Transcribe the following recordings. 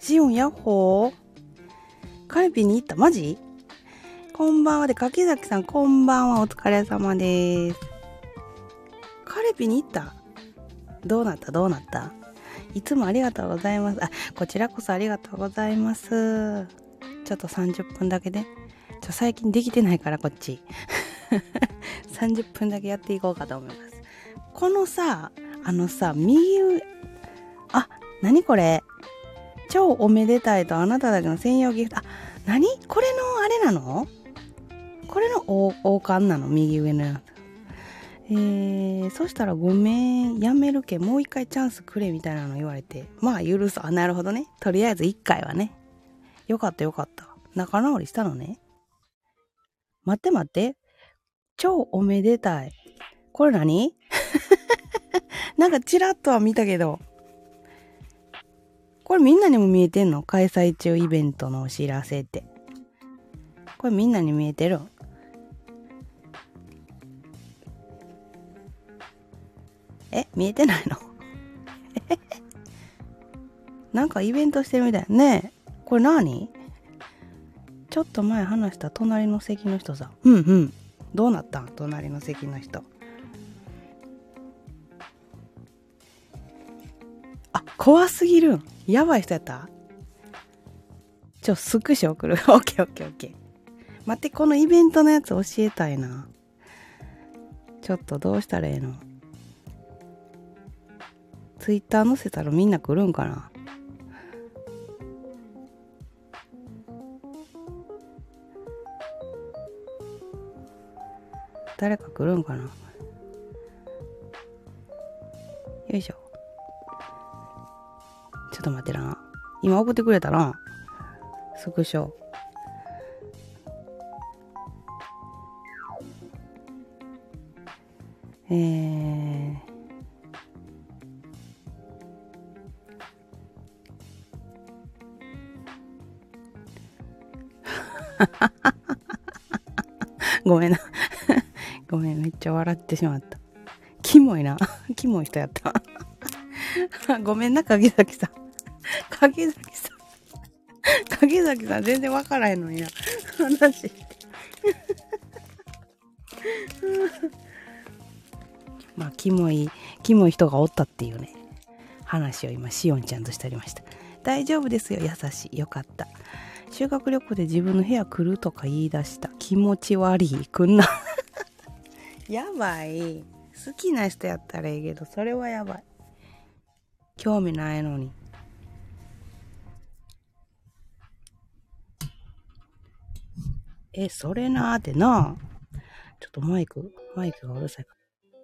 シオンヤッホー。カルピに行った？マジ？こんばんはで、柿崎さんこんばんは、お疲れ様です。カルピに行った？どうなったいつもありがとうございます。こちらこそありがとうございます。ちょっと30分だけで。最近できてないからこっち。30分だけやっていこうかと思います。このさ、右上、何これ？超おめでたいとあなただけの専用ギフト。何？これのあれなの？これの王冠なの？右上のやつ。そしたらごめん、やめるけ、もう一回チャンスくれみたいなの言われて、まあ許す。なるほどね。とりあえず一回はね。よかった。仲直りしたのね。待って。超おめでたい。これ何？なんかチラッとは見たけど。これみんなにも見えてんの？開催中イベントのお知らせって。これみんなに見えてる？見えてないの？なんかイベントしてるみたいね。これ何？ちょっと前話した隣の席の人さ。どうなったん？隣の席の人。怖すぎるん。やばい人やった？スクショ送る。オッケー。待って、このイベントのやつ教えたいな。ちょっとどうしたらええの？ツイッター載せたらみんな来るんかな？誰か来るんかな？よいしょ。ちょっと待ってな。今送ってくれたな。スクショ。ごめんな。ごめん、めっちゃ笑ってしまった。キモいな。キモい人やった。ごめんな、柿崎さん。柿崎さん全然わからへんのにな。話。まあ、キモい人がおったっていうね、話を今、しおんちゃんとしておりました。大丈夫ですよ、優しい。よかった。修学旅行で自分の部屋来るとか言い出した。気持ち悪い。来んな。やばい。好きな人やったらいいけど、それはやばい。興味ないのに。それなーってな。ちょっとマイクがうるさいから。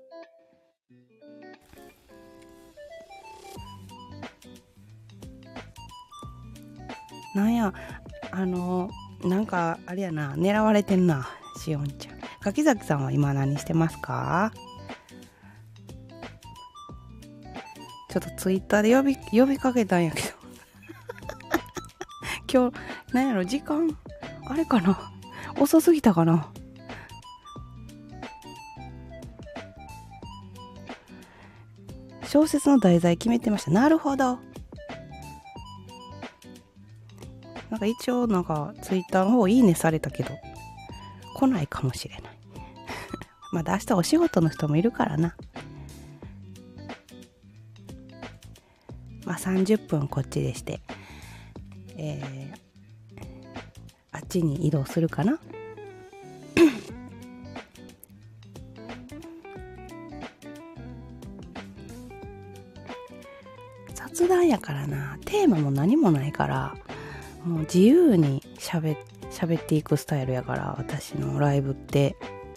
なんや、なんか、あれやな、狙われてんな、しおんちゃん。柿崎さんは今何してますか？ちょっとツイッターで呼びかけたんやけど。今日、なんやろ、時間、あれかな？遅すぎたかな？小説の題材決めてました。なるほど。なんか一応ツイッターの方いいねされたけど来ないかもしれない。まあ明日お仕事の人もいるからな。まあ30分こっちでして、あっちに移動するかな。雑談やからな。テーマも何もないからもう自由に喋っていくスタイルやから、私のライブって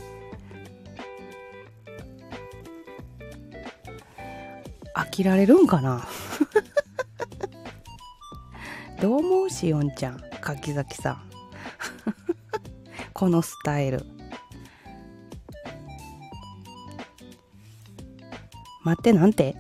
飽きられるんかな。どう思う？しおんちゃん、柿崎さん。このスタイル。待って、なんて？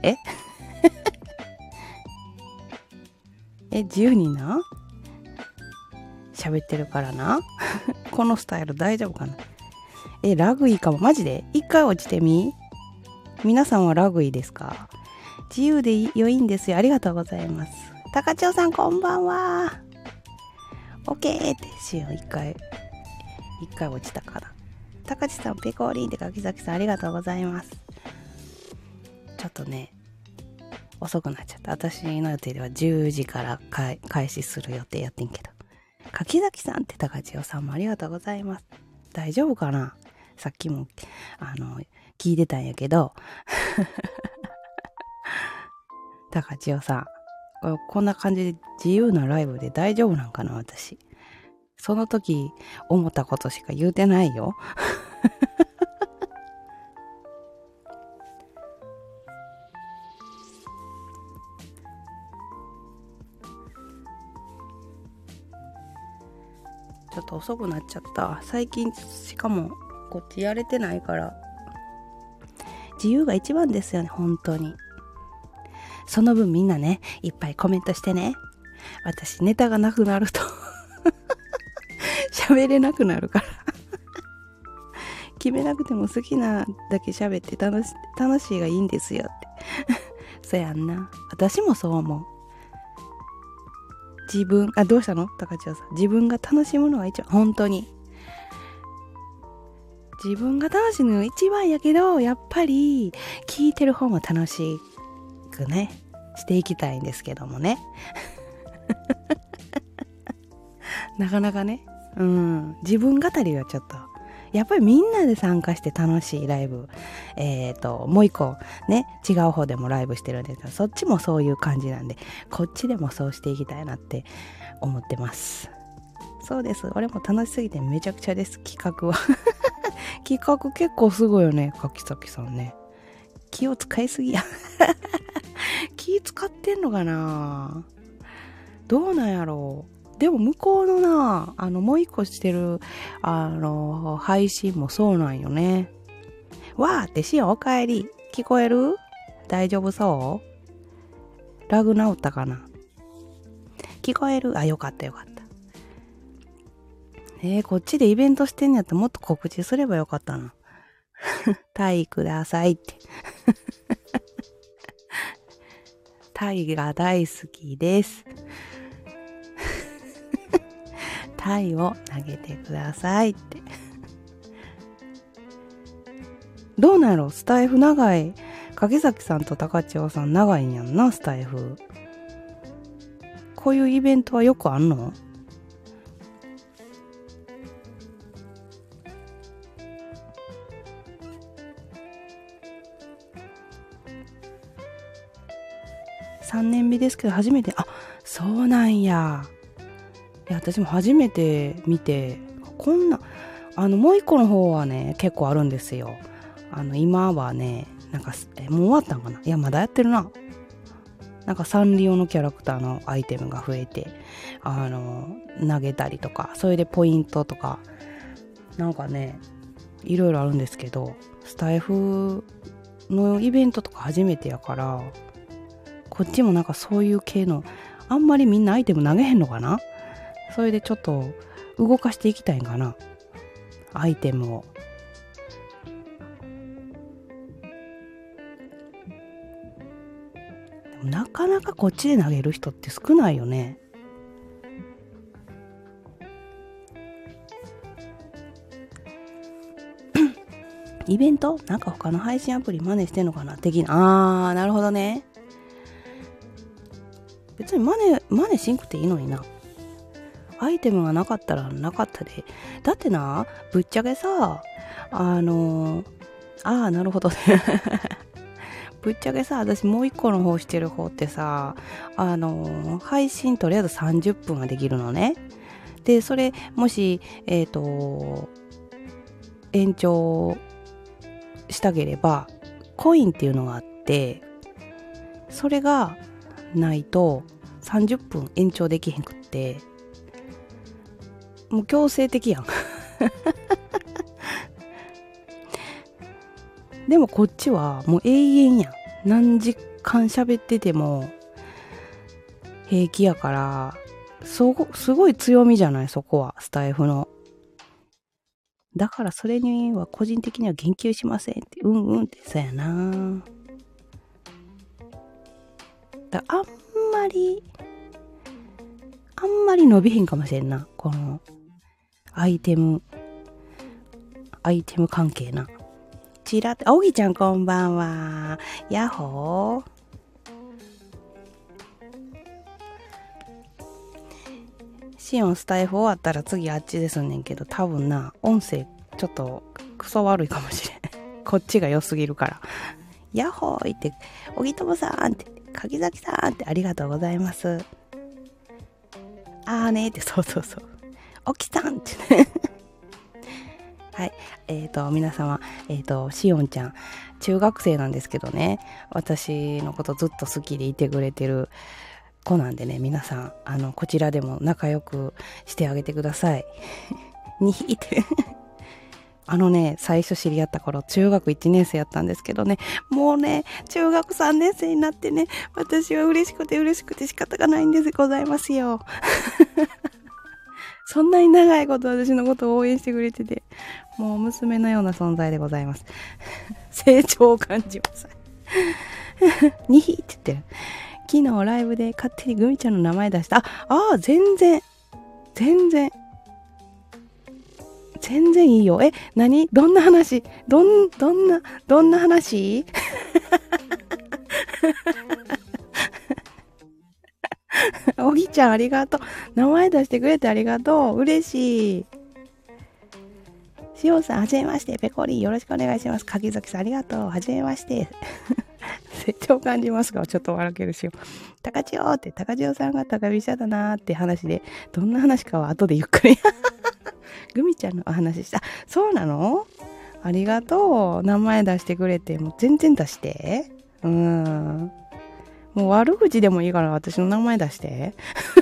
自由にな喋ってるからな。このスタイル大丈夫かな？ラグいいかも。マジで一回落ちてみ。皆さんはラグいいですか？自由で良いんですよ。ありがとうございます。 高千代さんこんばんは。オッケーってしよう。一回落ちたかな。高千さんペコーリンって柿崎さんありがとうございます。ちょっとね遅くなっちゃった。私の予定では10時から開始する予定やってんけど、柿崎さんって高千代さんもありがとうございます。大丈夫かな。さっきも聞いてたんやけど高千代さんこんな感じで自由なライブで大丈夫なんかな。私その時思ったことしか言うてないよちょっと遅くなっちゃった。最近しかもこっちやれてないから自由が一番ですよね。本当にその分みんなねいっぱいコメントしてね。私ネタがなくなると喋れなくなるから決めなくても好きなだけ喋って楽しいがいいんですよってそやんな。私もそう思う。どうしたの高千代さん。自分が楽しむのが一番。本当に自分が楽しむのが一番やけど、やっぱり聞いてる方も楽しくねしていきたいんですけどもねなかなかね自分語りはちょっとやっぱりみんなで参加して楽しいライブもう一個ね違う方でもライブしてるんですけど、そっちもそういう感じなんでこっちでもそうしていきたいなって思ってます。そうです。俺も楽しすぎてめちゃくちゃです。企画は企画結構すごいよね。柿崎さんね気を使いすぎや気使ってんのかな。どうなんやろう。でも向こうのなもう一個してる配信もそうなんよね。わーってしおおかえり。聞こえる？大丈夫そう？ラグ治ったかな？聞こえる？あ、よかったよかった。こっちでイベントしてんやったらもっと告知すればよかったなタイくださいってタイが大好きですタイを投げてくださいってどうなんやろ。スタイフ長い。柿崎さんと高千代さん長いんやんな。スタイフこういうイベントはよくあんの？3年目ですけど初めて。あ、そうなんや。いや私も初めて見て、こんなもう一個の方はね結構あるんですよ。今はねなんかもう終わったんかな。いやまだやってるな。なんかサンリオのキャラクターのアイテムが増えて投げたりとか、それでポイントとかなんかねいろいろあるんですけど、スタイフのイベントとか初めてやから、こっちもなんかそういう系のあんまりみんなアイテム投げへんのかな。それでちょっと動かしていきたいんかな、アイテムを。でもなかなかこっちで投げる人って少ないよね。イベントなんか他の配信アプリ真似してんのかな的な。なるほどね。別に真似しんくていいのにな。アイテムがなかったらなかったで。だってな、ぶっちゃけさ、なるほどね。ぶっちゃけさ、私もう一個の方してる方ってさ、配信とりあえず30分ができるのね。で、それ、もし、延長したければ、コインっていうのがあって、それがないと30分延長できへんくって、もう強制的やんでもこっちはもう永遠やん。何時間喋ってても平気やから、すごい強みじゃない、そこはスタイフの。だからそれには個人的には言及しませんって。ってそうやな。あんまりあんまり伸びひんかもしれんな。このアイテム関係な。ちらっと、おぎちゃんこんばんは。やっほー。シオンスタイフ終わったら次あっちですんねんけど、多分な、音声ちょっとクソ悪いかもしれん。こっちが良すぎるから。やっほーいって、おぎともさんって、柿崎さんってありがとうございます。あーねーって、そうそうそう。おきさんってね。はい。皆様、しおんちゃん、中学生なんですけどね、私のことずっと好きでいてくれてる子なんでね、皆さん、こちらでも仲良くしてあげてください。にひいて。最初知り合った頃、中学1年生やったんですけどね、もうね、中学3年生になってね、私は嬉しくて仕方がないんですございますよ。そんなに長いこと私のことを応援してくれてて、もう娘のような存在でございます。成長を感じます。にひって言ってる。昨日ライブで勝手にグミちゃんの名前出した。全然いいよ。何どんな話どんな話おぎちゃんありがとう。名前出してくれてありがとう。嬉しい。しおんさん、はじめまして。ペコリン、よろしくお願いします。柿崎さん、ありがとう。はじめまして。成長感じますが、ちょっと笑けるしよ。高千代って、高千代さんが高飛車だなーって話で、どんな話かは後でゆっくり。グミちゃんのお話した。そうなの？ありがとう。名前出してくれて、もう全然出して。もう悪口でもいいから私の名前出して。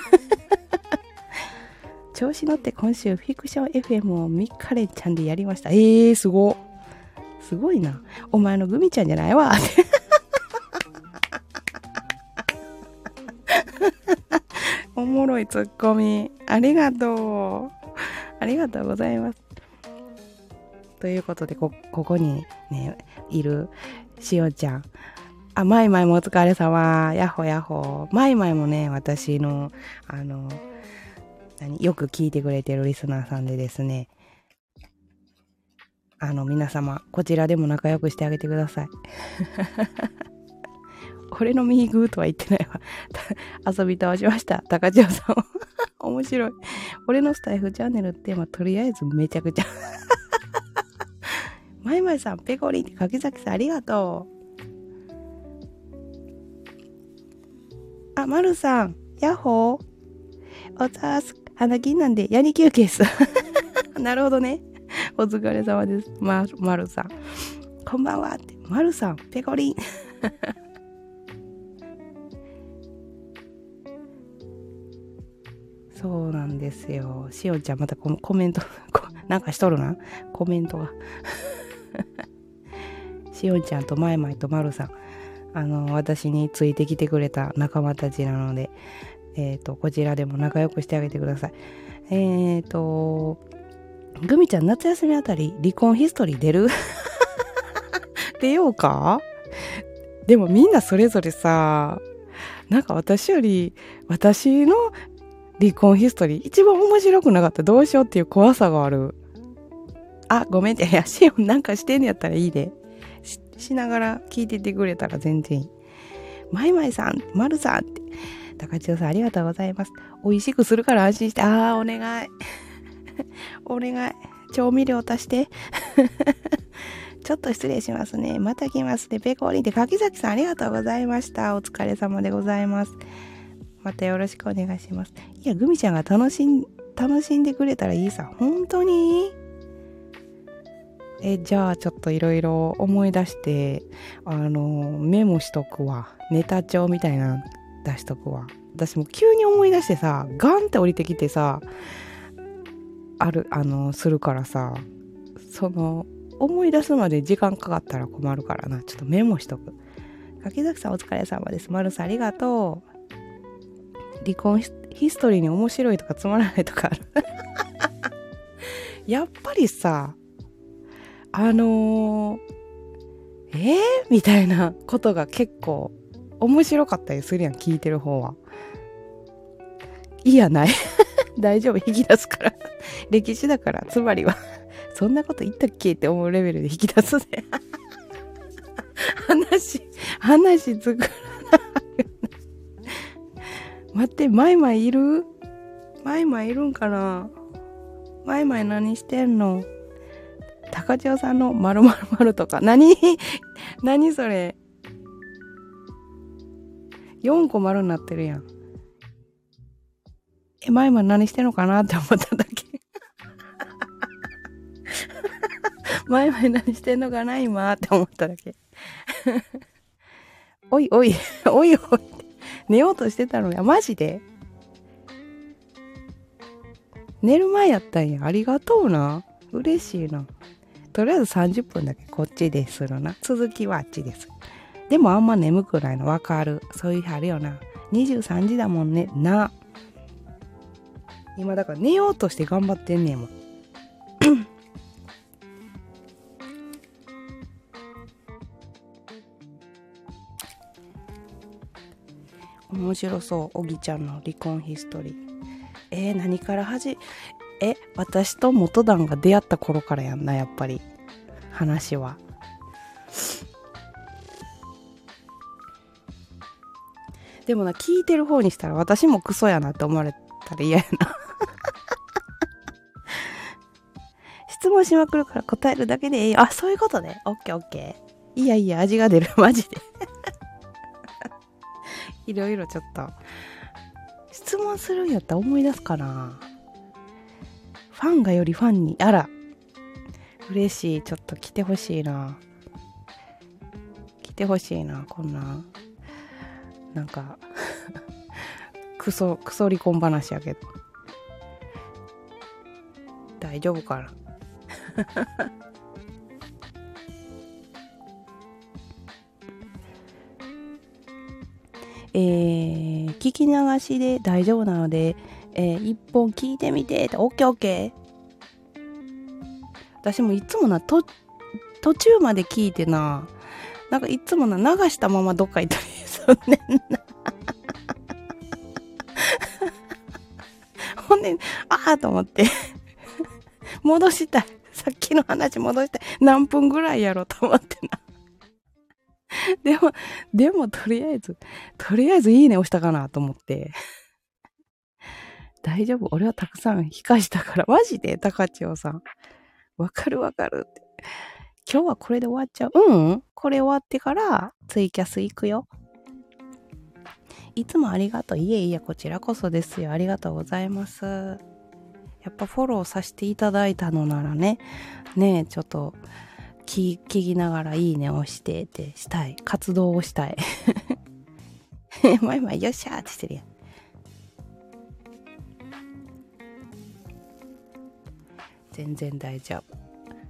調子乗って今週フィクション FM をミカレンちゃんでやりました。すごいな。お前のグミちゃんじゃないわ。おもろいツッコミ。ありがとう。ありがとうございます。ということで、ここにね、いるしおちゃん。マイマイもお疲れ様。やっほやっほ。マイマイもね、私の、よく聞いてくれてるリスナーさんでですね、皆様、こちらでも仲良くしてあげてください。俺の右グーとは言ってないわ。遊び倒しました。高千代さん。面白い。俺のスタイフチャンネルってとりあえずめちゃくちゃ。マイマイさん、ペコリンって柿崎さんありがとう。マルさん、ヤッホー。おざーす。花金なんで、ヤニ休憩っす。なるほどね。お疲れ様です。マルさん。こんばんはって。マルさん、ペコリン。そうなんですよ。しおちゃんまたコメント、なんかしとるな。コメントが。しおちゃんとマイマイとマルさん。私についてきてくれた仲間たちなので、こちらでも仲良くしてあげてください。グミちゃん夏休みあたり離婚ヒストリー出る？出ようか？でもみんなそれぞれさ、なんか私より私の離婚ヒストリー一番面白くなかった。どうしようっていう怖さがある。ごめんって。いや、シオンなんかしてんのやったらいいで。しながら聞いててくれたら全然いい。マイマイさん、マルさんって。高千代さんありがとうございます。美味しくするから安心して。お願い。お願い。調味料足して。ちょっと失礼しますね。また来ますね。ペコリンって柿崎さんありがとうございました。お疲れ様でございます。またよろしくお願いします。いや、グミちゃんが楽しんでくれたらいいさ。本当に？じゃあちょっといろいろ思い出して、メモしとくわ。ネタ帳みたいなの出しとくわ。私も急に思い出してさ、ガンって降りてきてさ、するからさ、思い出すまで時間かかったら困るからな。ちょっとメモしとく。柿崎さんお疲れ様です。マルさんありがとう。離婚ヒストリーに面白いとかつまらないとかある。やっぱりさ、みたいなことが結構面白かったりするやん、聞いてる方は。 いや、ない。大丈夫、引き出すから。歴史だから、つまりは。そんなこと言ったっけって思うレベルで引き出すね。話作らない。待って、マイマイいる？マイマイいるんかな？マイマイ何してんの？高千代さんの〇〇〇とか。何それ？ 4 個丸になってるやん。マイマイ何してんのかなって思っただけ。マイマイ何してんのかな今って思っただけ。おいおい、おいおい。寝ようとしてたのや。マジで？寝る前やったんや。ありがとうな。嬉しいな。とりあえず30分だけこっちでするな。続きはあっちです。でもあんま眠くないのわかる。そういう日あるよな。23時だもんね。な。今だから寝ようとして頑張ってんねんもん。面白そう。おぎちゃんの離婚ヒストリー。何から私と元旦が出会った頃からやんな、やっぱり。話は。でもな、聞いてる方にしたら私もクソやなって思われたら嫌やな。質問しまくるから答えるだけでええよ。あ、そういうことね。オッケーオッケー。いやいや、味が出る。マジで。いろいろちょっと。質問するんやったら思い出すかな。ファンがよりファンに。あら。嬉しい。ちょっと来てほしいな。来てほしいな。こんな。なんか、クソ離婚話やけど。大丈夫かな。聞き流しで大丈夫なので、一本聞いてみてって。オッケーオッケー。私もいつもな、途中まで聞いてな、なんかいつもな、流したままどっか行ったりすんねんな。ほんで、と思って。戻したい。さっきの話戻したい。何分ぐらいやろと思ってな。でもとりあえずいいね押したかなと思って。大丈夫。俺はたくさん引かしたから。マジで高千代さん。わかるって。今日はこれで終わっちゃう。これ終わってからツイキャス行くよ。いつもありがとう。いえ、こちらこそですよ。ありがとうございます。やっぱフォローさせていただいたのならね、ちょっと聞きながらいいねをしてってしたい。活動をしたい。マイよっしゃーってしてるやん。全然大丈夫。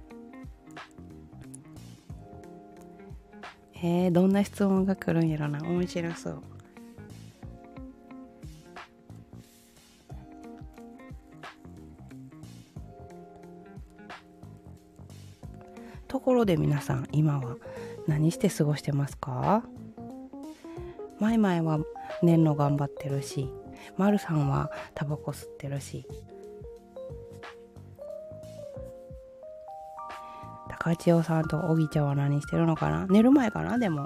どんな質問が来るんやろな。面白そう。ところで皆さん、今は何して過ごしてますか？マイマイは寝んの頑張ってるし、マルさんはタバコ吸ってるし、高千代さんとおぎちゃんは何してるのかな？寝る前かな？でも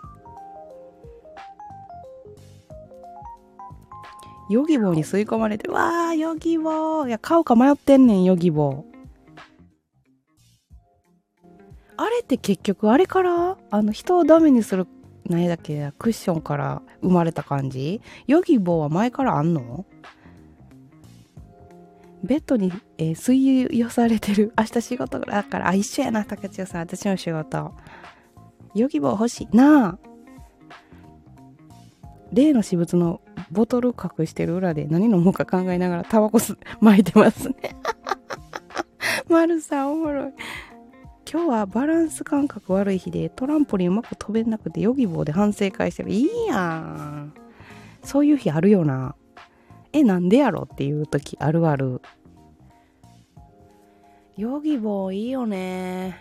ヨギボーに吸い込まれて、わーヨギボー、いや買うか迷ってんねん。ヨギボーあれって結局あれから人をダメにする何だっけクッションから生まれた感じ？ヨギボーは前からあんの？ベッドに、吸い寄されてる。明日仕事だから、一緒やな、高千代さん。私の仕事。ヨギボー欲しいなあ。例の私物のボトル隠してる裏で何飲もうか考えながらタバコ巻いてますね。マルさんおもろい。今日はバランス感覚悪い日でトランポリンうまく飛べなくてヨギボーで反省会してる。いいやん。そういう日あるよな。なんでやろっていう時あるある。ヨギボーいいよね。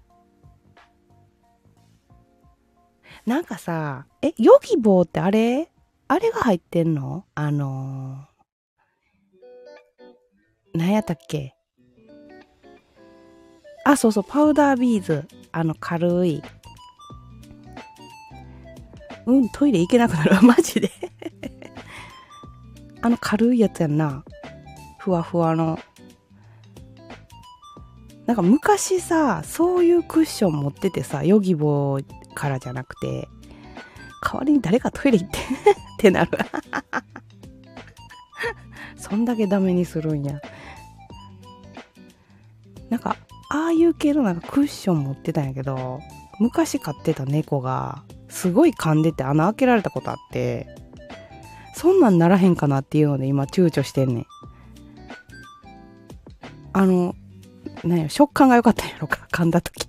なんかさ、ヨギボーってあれが入ってんの？ 何やったっけ？あ、そうそう、パウダービーズ。軽い。トイレ行けなくなる。マジで。軽いやつやんな。ふわふわの。なんか昔さ、そういうクッション持っててさ、ヨギボーからじゃなくて、代わりに誰かトイレ行ってってなる。そんだけダメにするんや。なんか、ああいう系のなんかクッション持ってたんやけど、昔飼ってた猫が、すごい噛んでて穴開けられたことあって、そんなんならへんかなっていうので今躊躇してんねん。なんや、食感が良かったんやろか、噛んだ時に。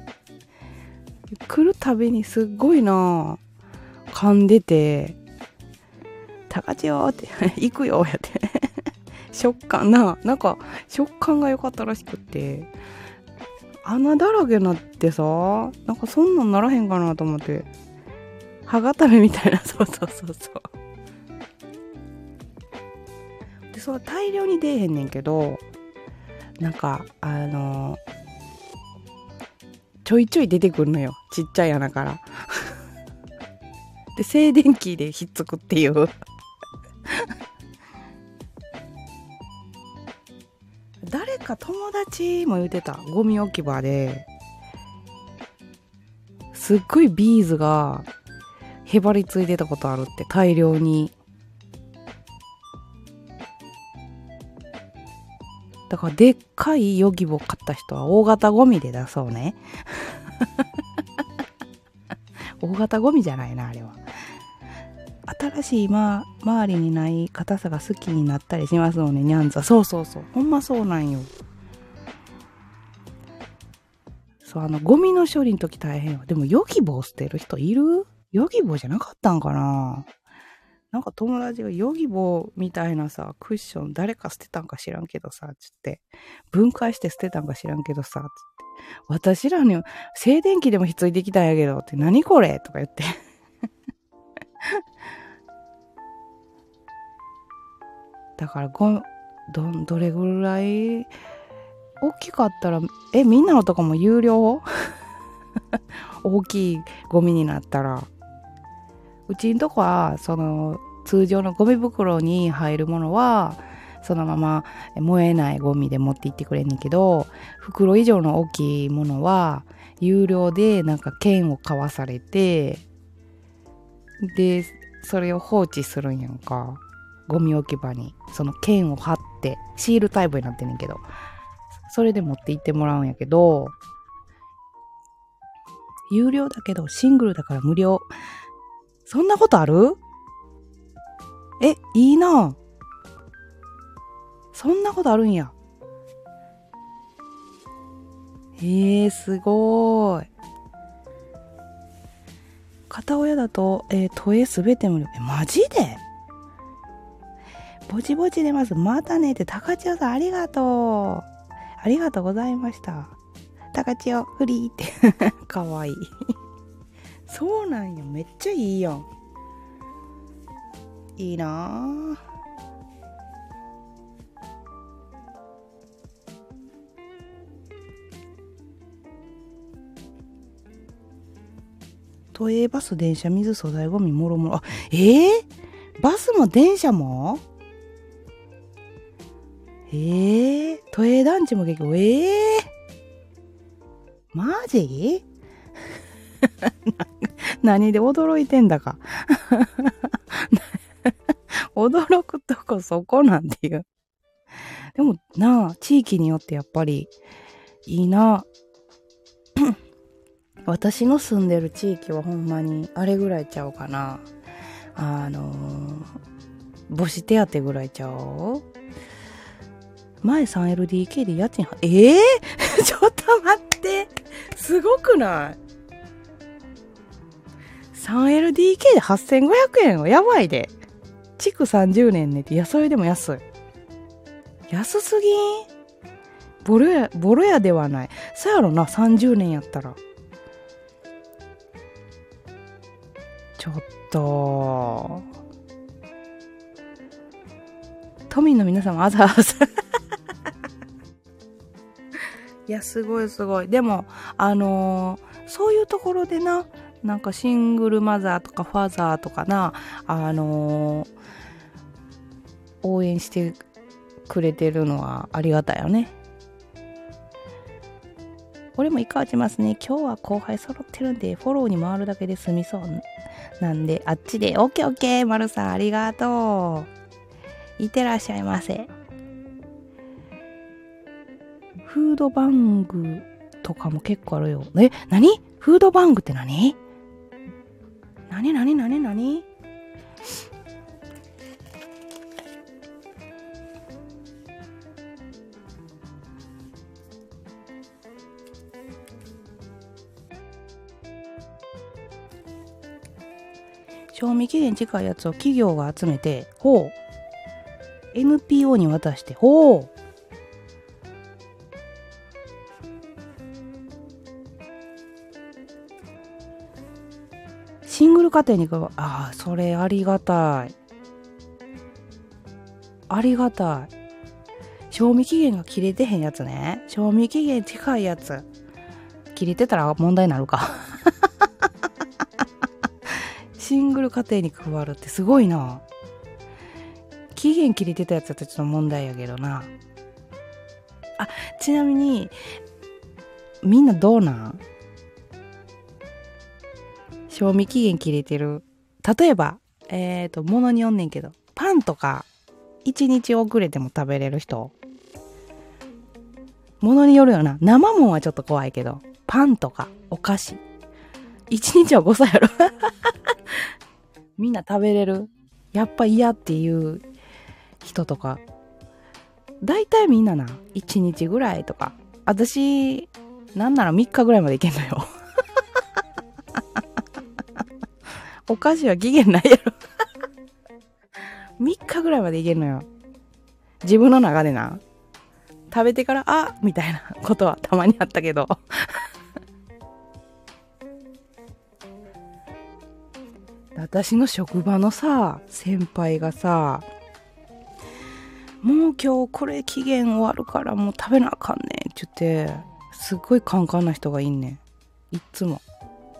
来るたびにすっごいな噛んでて、高千代って、行くよ、やって。食感なんか食感が良かったらしくって、穴だらけになってさ、なんかそんなんならへんかなと思って。歯固めみたいな、そうそうそうそう。で、それ大量に出えへんねんけど、なんか、ちょいちょい出てくるのよ。ちっちゃい穴から。で、静電気でひっつくっていう。誰か友達も言ってた。ゴミ置き場で、すっごいビーズがへばりついてたことあるって、大量に。だからでっかいヨギボ買った人は大型ゴミで出そうね。大型ゴミじゃないな、あれは。新しい周りにない硬さが好きになったりしますもんね、ニャンズは。そうそうそう。ほんまそうなんよ。そう、ゴミの処理の時大変よ。でもヨギボ捨てる人いる？ヨギボじゃなかったんかな？なんか友達がヨギボみたいなさ、クッション誰か捨てたんか知らんけどさ、つって。分解して捨てたんか知らんけどさ、つって。私らに静電気でもひっついてきたんやけどって、何これとか言って。だからどれぐらい大きかったら、みんなのとこも有料？大きいゴミになったら。うちんとこは、通常のゴミ袋に入るものは、そのまま燃えないゴミで持って行ってくれんねんけど、袋以上の大きいものは、有料でなんか券を買わされて、で、それを放置するんやんか。ゴミ置き場に。その券を貼って、シールタイプになってんねんけど、それで持って行ってもらうんやけど、有料だけどシングルだから無料。そんなことある？いいな。そんなことあるんや。すごーい。片親だと、都営すべて無料。マジで？ぼちぼち出ます。またねって、高千代さんありがとう。ありがとうございました。高千代、フリーって。かわいい。そうなんや。めっちゃいいやん。いいなぁ。都営バス、電車、水、素材、ゴミ、もろもろ。あ、バスも電車も？都営団地も結構、マジ？何で驚いてんだか。驚くとこそこなんていう。でもなあ、地域によってやっぱりいいな。私の住んでる地域はほんまにあれぐらいちゃうかな。母子手当ぐらいちゃう？前 3LDK で家賃ちょっと待って。すごくない？ 3LDK で8500円はやばいで。築30年ねって。いや、それでも安い。安すぎん？ボロ屋ではない。そうやろな、30年やったら。ちょっと。都民の皆様、あざあざ。 いや、すごいすごい。でも、そういうところでな、なんかシングルマザーとかファザーとかな、応援してくれてるのはありがたいよね。俺もイカ打ちますね。今日は後輩揃ってるんで、フォローに回るだけで済みそうなんで、あっちで、オッケーオッケー、まるさんありがとう。いってらっしゃいませ。フードバングとかも結構あるよ。何？フードバングって何？何？賞味期限近いやつを企業が集めて、NPO に渡して、シングル家庭に配る。それありがたい。ありがたい。賞味期限が切れてへんやつね。賞味期限近いやつ。切れてたら問題になるか。シングル家庭に配るってすごいな。期限切れてたやつだとちょっと問題やけどな。ちなみに、みんなどうなん？賞味期限切れてる。例えば、ものによんねんけど、パンとか、1日遅れても食べれる人。ものによるよな。生もんはちょっと怖いけど、パンとかお菓子。1日は誤差やろ。みんな食べれる？やっぱ嫌っていう人とか。だいたいみんなな、1日ぐらいとか。私、なんなら3日ぐらいまでいけんのよ。お菓子は期限ないやろ。3日ぐらいまでいけんのよ。自分の中でな。食べてからみたいなことはたまにあったけど。私の職場のさ、先輩がさ、もう今日これ期限終わるからもう食べなあかんねんって言って、すっごいカンカンな人がいんねん。いっつも。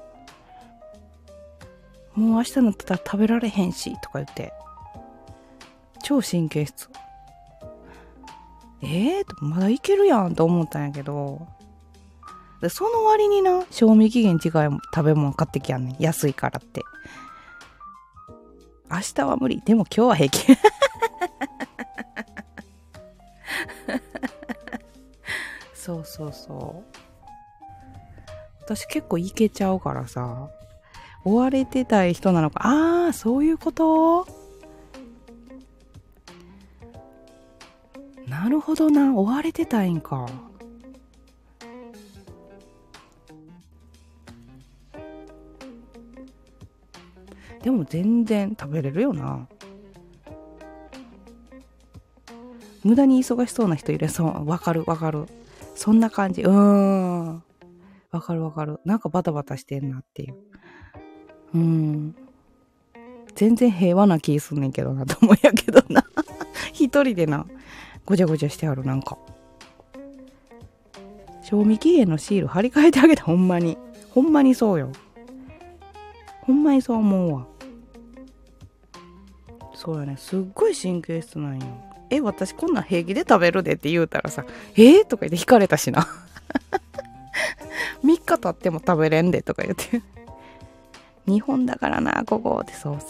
もう明日になったら食べられへんしとか言って、超神経質。まだいけるやんと思ったんやけど、でその割にな、賞味期限近い食べ物買ってきやんねん。安いからって。明日は無理。でも今日は平気。そう。私結構いけちゃうからさ、追われてたい人なのか。そういうこと？なるほどな、追われてたいんか。でも全然食べれるよな。無駄に忙しそうな人いる。わかる。そんな感じ。わかる。なんかバタバタしてんなっていう。全然平和な気すんねんけどなと思うんやけどな。一人でな、ごちゃごちゃしてある。なんか賞味期限のシール貼り替えてあげた。ほんまにそうよ。ほんまにそう思うわ。そうやね、すっごい神経質なんよ。私こんなん平気で食べるでって言うたらさ、とか言って惹かれたしな。3日経っても食べれんでとか言って。日本だからな、ここって。そう。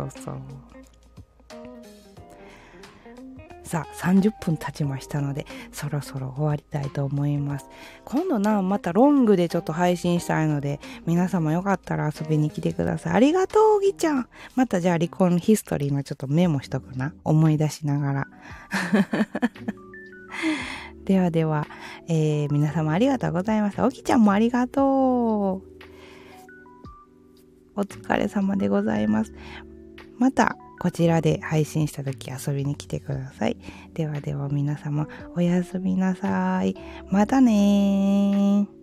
さあ、30分経ちましたので、そろそろ終わりたいと思います。今度な、またロングでちょっと配信したいので、皆様よかったら遊びに来てください。ありがとう、ぎちゃん。またじゃあ離婚ヒストリーのちょっとメモしとくな。思い出しながら。では、皆様ありがとうございました。おぎちゃんもありがとう。お疲れ様でございます。またこちらで配信した時遊びに来てください。では皆様おやすみなさい。またねー。